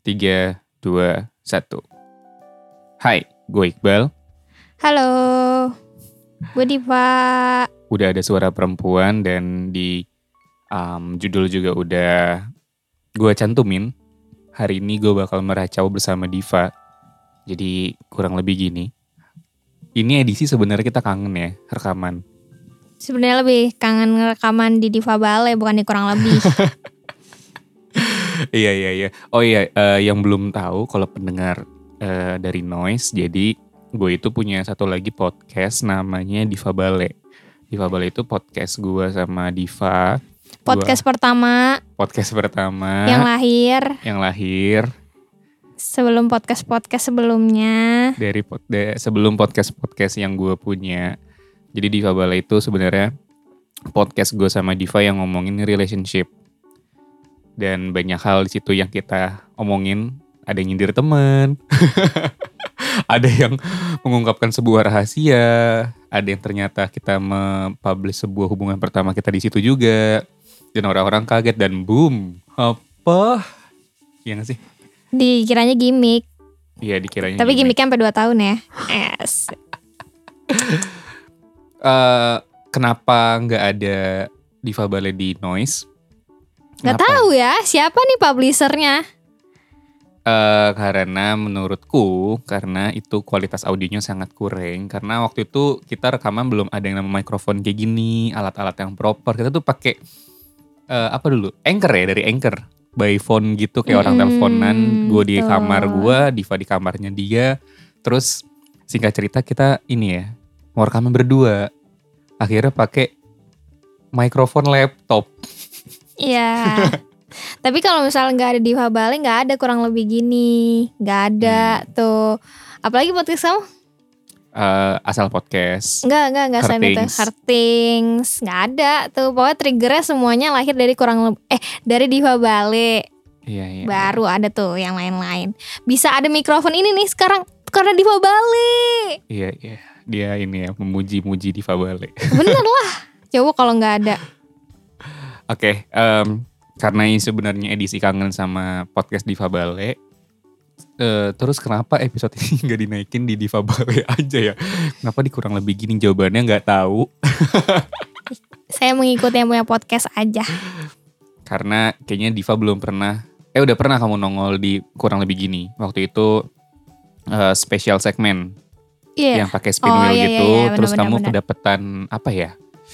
3, 2, 1. Hai, gue Iqbal. Halo, gue Diva. Udah ada suara perempuan dan di judul juga udah gue cantumin. Hari ini gue bakal meracau bersama Diva. Jadi kurang lebih gini. Ini edisi sebenarnya kita kangen ya, rekaman. Sebenarnya lebih kangen rekaman di Diva Bale, bukan di kurang lebih. Iya. Oh iya, yang belum tahu kalau pendengar dari Noise, jadi gue itu punya satu lagi podcast namanya Diva Bale. Diva Bale itu podcast gue sama Diva. Podcast pertama yang lahir sebelum podcast sebelumnya. Sebelum podcast yang gue punya. Jadi Diva Bale itu sebenarnya podcast gue sama Diva yang ngomongin relationship. Dan banyak hal di situ yang kita omongin. Ada yang nyindir teman, ada yang mengungkapkan sebuah rahasia, ada yang ternyata kita mempublish sebuah hubungan pertama kita di situ juga. Dan orang-orang kaget dan boom, apa? Iya gak sih? Dikiranya gimmick. Iya dikiranya. Tapi gimmicknya sampai 2 tahun ya. Yes. Kenapa nggak ada Diva Bale di Noise? Gak tahu ya, siapa nih publishernya? Karena menurutku, karena itu kualitas audionya sangat kurang. Karena waktu itu kita rekaman belum ada yang namanya mikrofon kayak gini, alat-alat yang proper. Kita tuh pakai apa dulu? Anchor ya, dari Anchor. By phone gitu, kayak orang teleponan. Gue di kamar gue, Diva di kamarnya dia. Terus singkat cerita kita ini ya, mau rekaman berdua. Akhirnya pakai mikrofon laptop. Iya. Tapi kalau misalnya gak ada Diva Bale, gak ada kurang lebih gini. Gak ada tuh. Apalagi podcast kamu? Asal podcast. Enggak selain itu. Heartings. Gak ada tuh. Pokoknya triggernya semuanya lahir dari dari Diva Bale. Iya. Baru ada tuh yang lain-lain. Bisa ada mikrofon ini nih sekarang karena Diva Bale. Iya. Dia ini ya, memuji-muji Diva Bale. Bener lah. Coba kalau gak ada. Oke, karena ini sebenarnya edisi kangen sama podcast Diva Bale. Terus kenapa episode ini gak dinaikin di Diva Bale aja ya? Kenapa kurang lebih gini? Jawabannya gak tahu. Saya mengikuti yang punya podcast aja. Karena kayaknya Diva belum pernah. Udah pernah kamu nongol di kurang lebih gini. Waktu itu special segmen. Yang pakai spin wheel gitu. Iya, terus kamu kedapetan apa ya?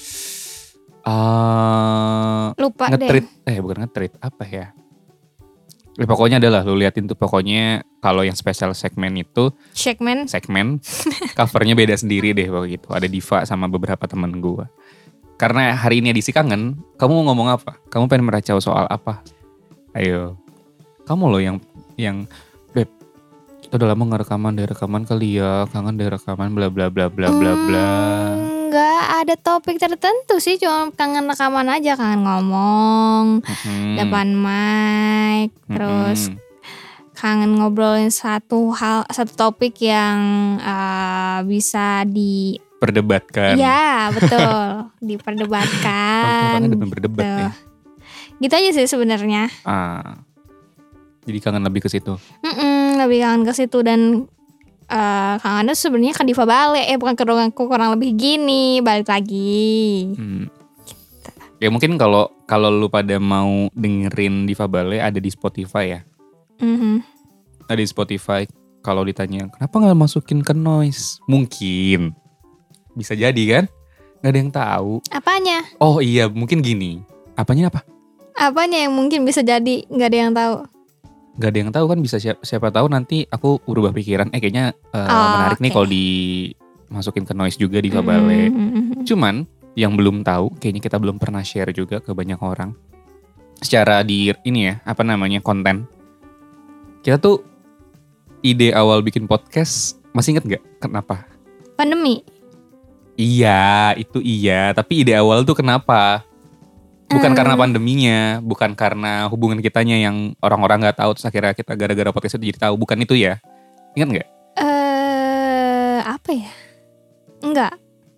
Lupa nge-treat, deh. Bukan nge-treat, apa ya? Pokoknya adalah lu liatin tuh, pokoknya kalau yang special segmen itu segmen covernya beda sendiri deh begitu. Ada Diva sama beberapa temen gue. Karena hari ini edisi kangen, kamu mau ngomong apa? Kamu pengen meracau soal apa? Ayo, kamu loh yang Beb, kita udah lama gak rekaman kali ya, kangen deh rekaman bla bla bla bla bla bla. Nggak ada topik tertentu sih, cuma kangen rekaman aja, kangen ngomong depan mic, terus kangen ngobrolin satu topik yang bisa diperdebatkan. Iya betul, diperdebatkan. Orang berdebat ya. Gitu aja sih sebenarnya. Jadi kangen lebih ke situ. Lebih kangen ke situ dan kangennya sebenarnya kan Diva Bale, bukan kurang lebih gini, balik lagi. Gitu. Ya mungkin kalau lu pada mau dengerin Diva Bale ada di Spotify ya. Ada di Spotify. Kalau ditanya kenapa nggak masukin ke Noise, mungkin bisa jadi kan, nggak ada yang tahu. Apanya? Oh iya mungkin gini. Apanya apa? Apanya yang mungkin bisa jadi nggak ada yang tahu? Gak ada yang tahu kan, bisa siapa tahu nanti aku berubah pikiran. Kayaknya menarik nih kalau dimasukin ke Noise juga Diva Bale. Cuman yang belum tahu, kayaknya kita belum pernah share juga ke banyak orang. Secara di ini ya, konten. Kita tuh ide awal bikin podcast, masih inget gak kenapa? Pandemi. Iya, itu iya. Tapi ide awal tuh kenapa? Bukan karena pandeminya, bukan karena hubungan kitanya yang orang-orang gak tahu terus akhirnya kita gara-gara podcast itu jadi tahu. Bukan itu ya? Ingat gak? Apa ya? Enggak.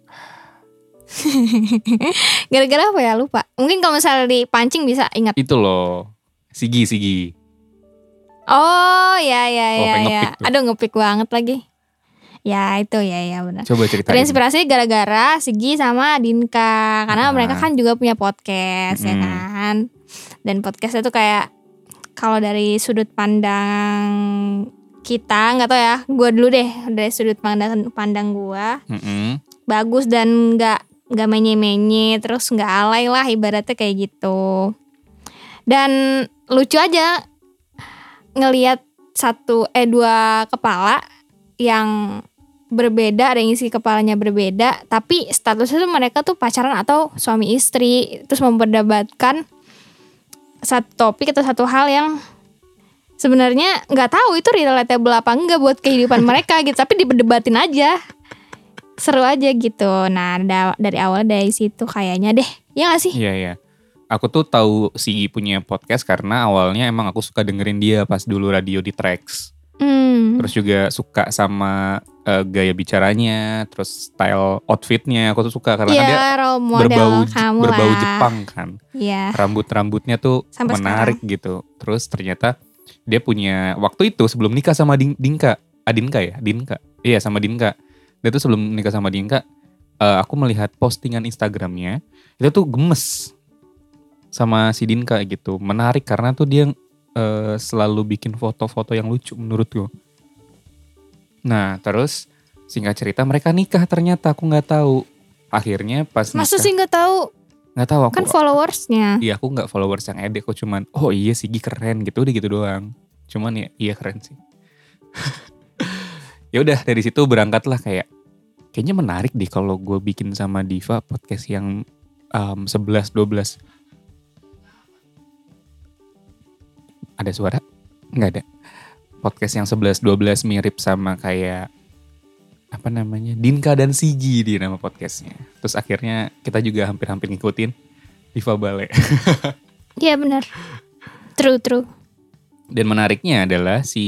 Gara-gara apa ya, lupa. Mungkin kalau misalnya dipancing bisa ingat. Itu loh, Sigi. Oh ya pengen ya. nge-pick tuh. Aduh nge-pick banget lagi. Ya itu ya benar. Coba ceritain. Terinspirasi gara-gara Sigi sama Dinka. Karena mereka kan juga punya podcast ya kan. Dan podcastnya tuh kayak kalau dari sudut pandang kita, nggak tahu ya, gue dulu deh dari sudut pandang gue, bagus dan nggak menye-menye, terus nggak alay lah ibaratnya kayak gitu. Dan lucu aja ngelihat dua kepala yang berbeda, ada yang isi kepalanya berbeda, tapi statusnya tuh mereka tuh pacaran atau suami istri, terus memperdebatkan satu topik atau satu hal yang sebenarnya nggak tahu itu relatable apa enggak buat kehidupan mereka gitu, tapi diperdebatin aja, seru aja gitu. Nah dari awal dari situ kayaknya deh, ya nggak sih? Iya. Aku tuh tahu Sigi punya podcast karena awalnya emang aku suka dengerin dia pas dulu radio di Trax. Terus juga suka sama gaya bicaranya, terus style outfitnya aku tuh suka karena kan dia berbau Jepang kan. Iya. Rambutnya tuh sampai menarik sekarang gitu. Terus ternyata dia punya waktu itu sebelum nikah sama Dinka. Iya sama Dinka. Dia tuh sebelum nikah sama Dinka, aku melihat postingan Instagramnya itu tuh gemes sama si Dinka gitu. Menarik karena tuh dia selalu bikin foto-foto yang lucu menurutku. Nah terus singkat cerita mereka nikah ternyata, aku nggak tahu. Akhirnya pas nikah. Masa sih nggak tahu? Nggak tahu aku. Kan followersnya. Iya aku nggak followers yang edek, aku cuman oh iya Sigi keren gitu, udah gitu doang. Cuman ya iya keren sih. Ya udah dari situ berangkatlah kayaknya menarik deh kalau gue bikin sama Diva podcast yang 11-12. Ada suara? Nggak ada. Podcast yang 11-12 mirip sama kayak apa namanya, Dinka dan Sigi di nama podcastnya. Terus akhirnya kita juga hampir-hampir ngikutin Diva Bale. Iya benar. True. Dan menariknya adalah si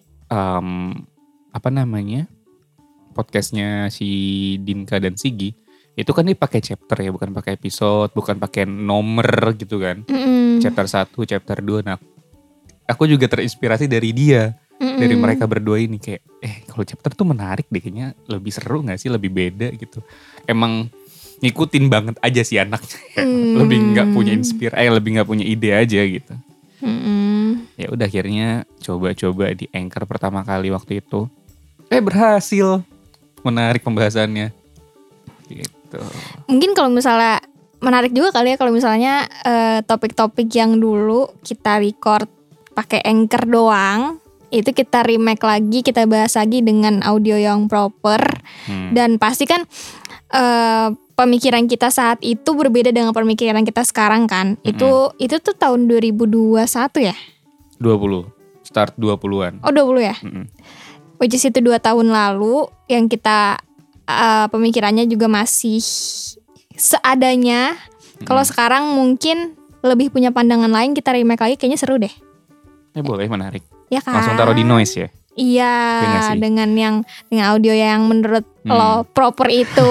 podcastnya si Dinka dan Sigi itu kan dia pakai chapter ya, bukan pakai episode, bukan pakai nomor gitu kan. Chapter 1, chapter 2. Nah aku juga terinspirasi dari dia, dari mereka berdua ini kayak kalau chapter tuh menarik deh, kayaknya lebih seru nggak sih, lebih beda gitu. Emang ngikutin banget aja sih anaknya, lebih nggak punya lebih nggak punya ide aja gitu. Ya udah akhirnya coba di Anchor pertama kali waktu itu, berhasil, menarik pembahasannya gitu. Mungkin kalau misalnya menarik juga kali ya kalau misalnya topik-topik yang dulu kita record pakai Anchor doang, itu kita remake lagi, kita bahas lagi dengan audio yang proper. Dan pasti kan pemikiran kita saat itu berbeda dengan pemikiran kita sekarang kan. Itu tuh tahun 2021 ya? 20, start 20-an. Oh 20 ya? Which is itu 2 tahun lalu yang kita pemikirannya juga masih seadanya. Kalau sekarang mungkin lebih punya pandangan lain, kita remake lagi kayaknya seru deh. Boleh, menarik. Ya kan? Langsung taruh di noise ya? Iya, dengan audio yang menurut lo proper itu.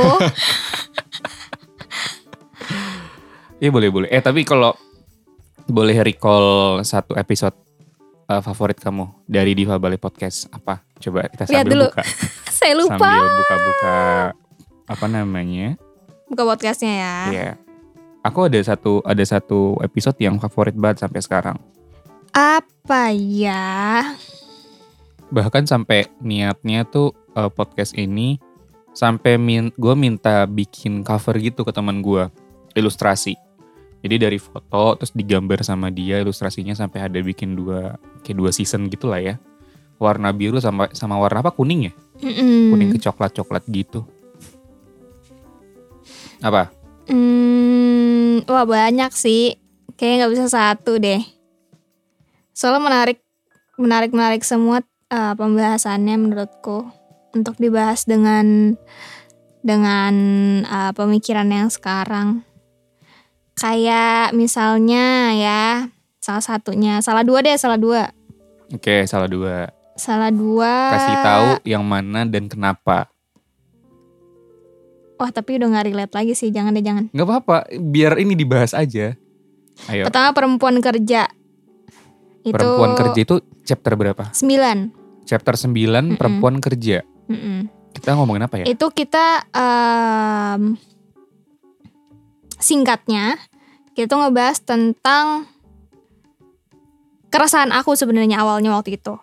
Iya boleh. Tapi kalau boleh recall satu episode favorit kamu dari Diva Bale Podcast apa? Coba kita sambil buka. Saya lupa. Sambil buka apa namanya? Buka podcastnya ya. Iya. Aku ada satu episode yang favorit banget sampai sekarang. Apa ya? Bahkan sampai niatnya tuh podcast ini sampai gue minta bikin cover gitu ke teman gue, ilustrasi. Jadi dari foto terus digambar sama dia ilustrasinya, sampai ada bikin dua season gitu lah ya. Warna biru sama warna apa, kuning ya? Kuning ke coklat gitu. Apa? Wah banyak sih. Kayaknya nggak bisa satu deh. Soalnya menarik semua pembahasannya menurutku untuk dibahas dengan pemikiran yang sekarang. Kayak misalnya ya salah satunya, salah dua. Oke, salah dua. Kasih tahu yang mana dan kenapa. Wah tapi udah gak relate lagi sih, jangan. Gak apa-apa, biar ini dibahas aja. Ayo. Pertama perempuan kerja. Perempuan kerja itu chapter berapa? 9. Chapter 9 perempuan kerja. Kita ngomongin apa ya? Itu kita singkatnya kita tuh ngebahas tentang keresahan aku sebenarnya awalnya waktu itu.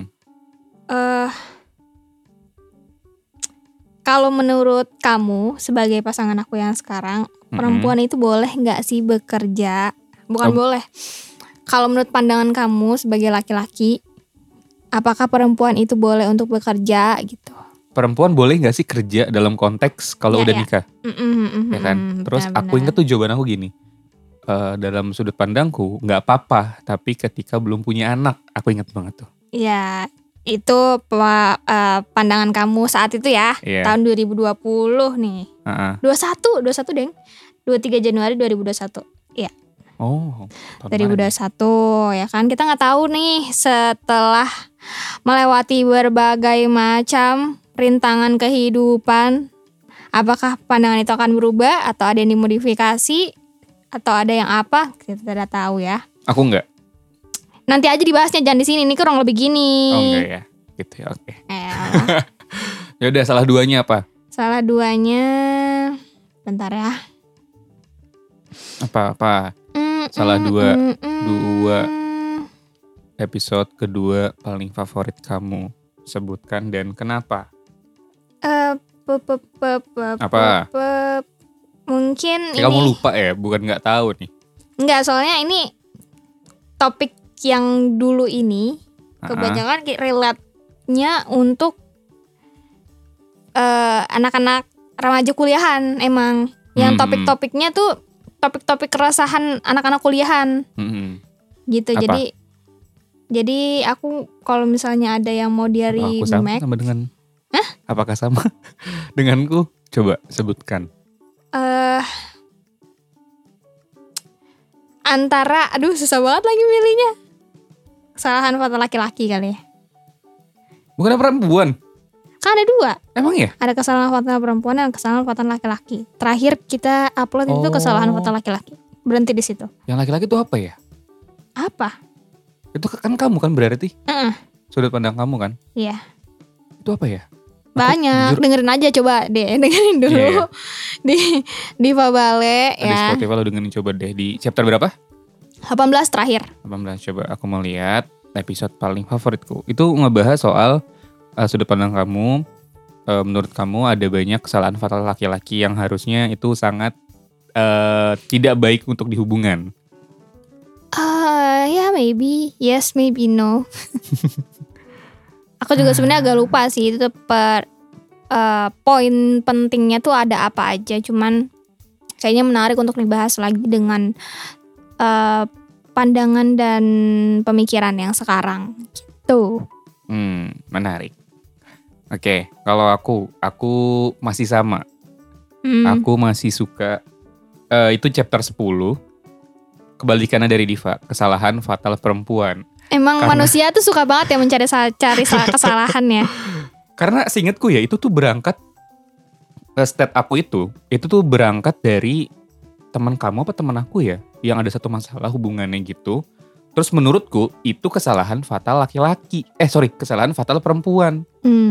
Kalau menurut kamu sebagai pasangan aku yang sekarang, perempuan itu boleh nggak sih bekerja? Bukan boleh. Kalau menurut pandangan kamu sebagai laki-laki, apakah perempuan itu boleh untuk bekerja gitu? Perempuan boleh nggak sih kerja dalam konteks kalau udah nikah? Ya kan? Terus aku inget tuh jawaban aku gini. Dalam sudut pandangku nggak apa-apa, tapi ketika belum punya anak, aku inget banget tuh. Ya, itu pandangan kamu saat itu ya, tahun 2020 nih. 21 Deng. 23 Januari 2021. Iya. Oh, 2021 ya kan. Kita nggak tahu nih setelah melewati berbagai macam rintangan kehidupan, apakah pandangan itu akan berubah atau ada yang dimodifikasi atau ada yang apa, kita tidak tahu ya. Aku enggak. Nanti aja dibahasnya, jangan di sini. Ini kurang lebih gini. Oh enggak ya, gitu ya, oke. Ya udah, salah duanya apa? Salah duanya, bentar ya. Apa? Salah dua episode kedua paling favorit kamu, sebutkan dan kenapa? Apa? Mungkin ini. Kamu lupa ya, bukan nggak tahu nih. Enggak, soalnya ini topik yang dulu ini kebanyakan relate-nya untuk anak-anak remaja kuliahan emang. Yang topik-topiknya tuh topik-topik keresahan anak-anak kuliahan. Gitu. Apa? Jadi aku kalau misalnya ada yang mau dia remake. Sama dengan apakah sama denganku? Coba sebutkan. Antara, susah banget lagi milihnya. Kesalahan fatal laki-laki kali ya. Bukan perempuan. Kan ada 2. Emang ya? Ada kesalahan fatal perempuan dan kesalahan fatal laki-laki. Terakhir kita upload itu kesalahan fatal laki-laki. Berhenti di situ. Yang laki-laki itu apa ya? Apa? Itu kan kamu kan berarti? Sudut pandang kamu kan? Iya. Itu apa ya? Banyak, dengerin aja coba deh, dengerin dulu. Di Diva Bale ya. Di Spotify lo dengerin coba deh, di chapter berapa? 18 terakhir. 18, coba aku mau lihat episode paling favoritku. Itu ngebahas soal sudut pandang kamu. Menurut kamu ada banyak kesalahan fatal laki-laki yang harusnya itu sangat tidak baik untuk di hubungan. Ya maybe, yes maybe no. Aku juga sebenarnya agak lupa sih itu poin pentingnya tuh ada apa aja. Cuman kayaknya menarik untuk dibahas lagi dengan pandangan dan pemikiran yang sekarang gitu. Menarik. Oke, kalau aku masih sama. Aku masih suka itu chapter 10. Kebalikannya dari Diva, kesalahan fatal perempuan. Emang manusia tuh suka banget ya mencari kesalahannya. Karena seingatku ya itu tuh berangkat stat aku itu tuh berangkat dari teman kamu apa teman aku ya, yang ada satu masalah hubungannya gitu. Terus menurutku itu kesalahan fatal kesalahan fatal perempuan.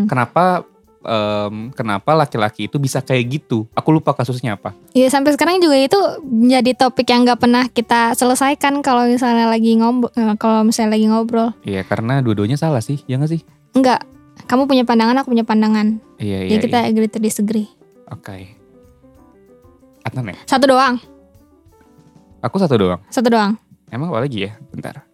Kenapa laki-laki itu bisa kayak gitu? Aku lupa kasusnya apa. Iya, sampai sekarang juga itu jadi topik yang nggak pernah kita selesaikan kalau misalnya lagi ngobrol. Iya, karena dua-duanya salah sih, ya nggak sih? Enggak, kamu punya pandangan, aku punya pandangan. Iya. Jadi kita agree to disagree. Oke. Adnan ya? Satu doang. Aku satu doang. Emang apa lagi ya? Bentar.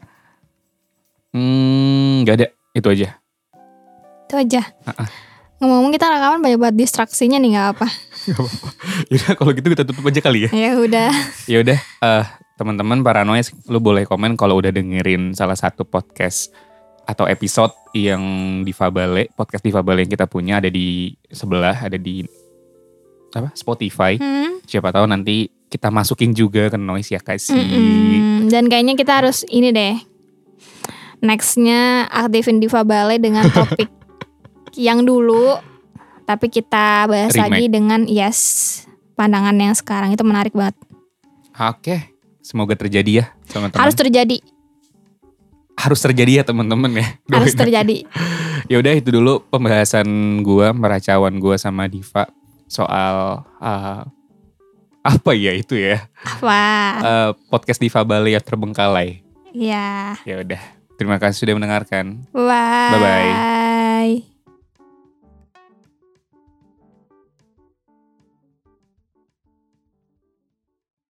Nggak ada. Itu aja. Ngomong-ngomong kita rekaman banyak banget distraksinya nih, nggak apa. Yaudah kalau gitu kita tutup aja kali ya. Ya udah, teman-teman Paranoid, lu boleh komen kalau udah dengerin salah satu podcast atau episode yang Diva Bale, podcast Diva Bale yang kita punya ada di sebelah, ada di Spotify. Siapa tahu nanti kita masukin juga ke Noise ya kasih. Dan kayaknya kita harus ini deh. Nextnya aktifin Diva Bale dengan topik yang dulu, tapi kita bahas lagi dengan pandangan yang sekarang. Itu menarik banget. Oke, semoga terjadi ya teman-teman. Harus terjadi. harus terjadi ya teman-teman ya. Harus terjadi. Ya udah itu dulu pembahasan gue, meracauan gue sama Diva soal apa ya itu ya? Apa? Podcast Diva Bali yang terbengkalai. Iya. Ya udah, terima kasih sudah mendengarkan. Bye. Bye-bye.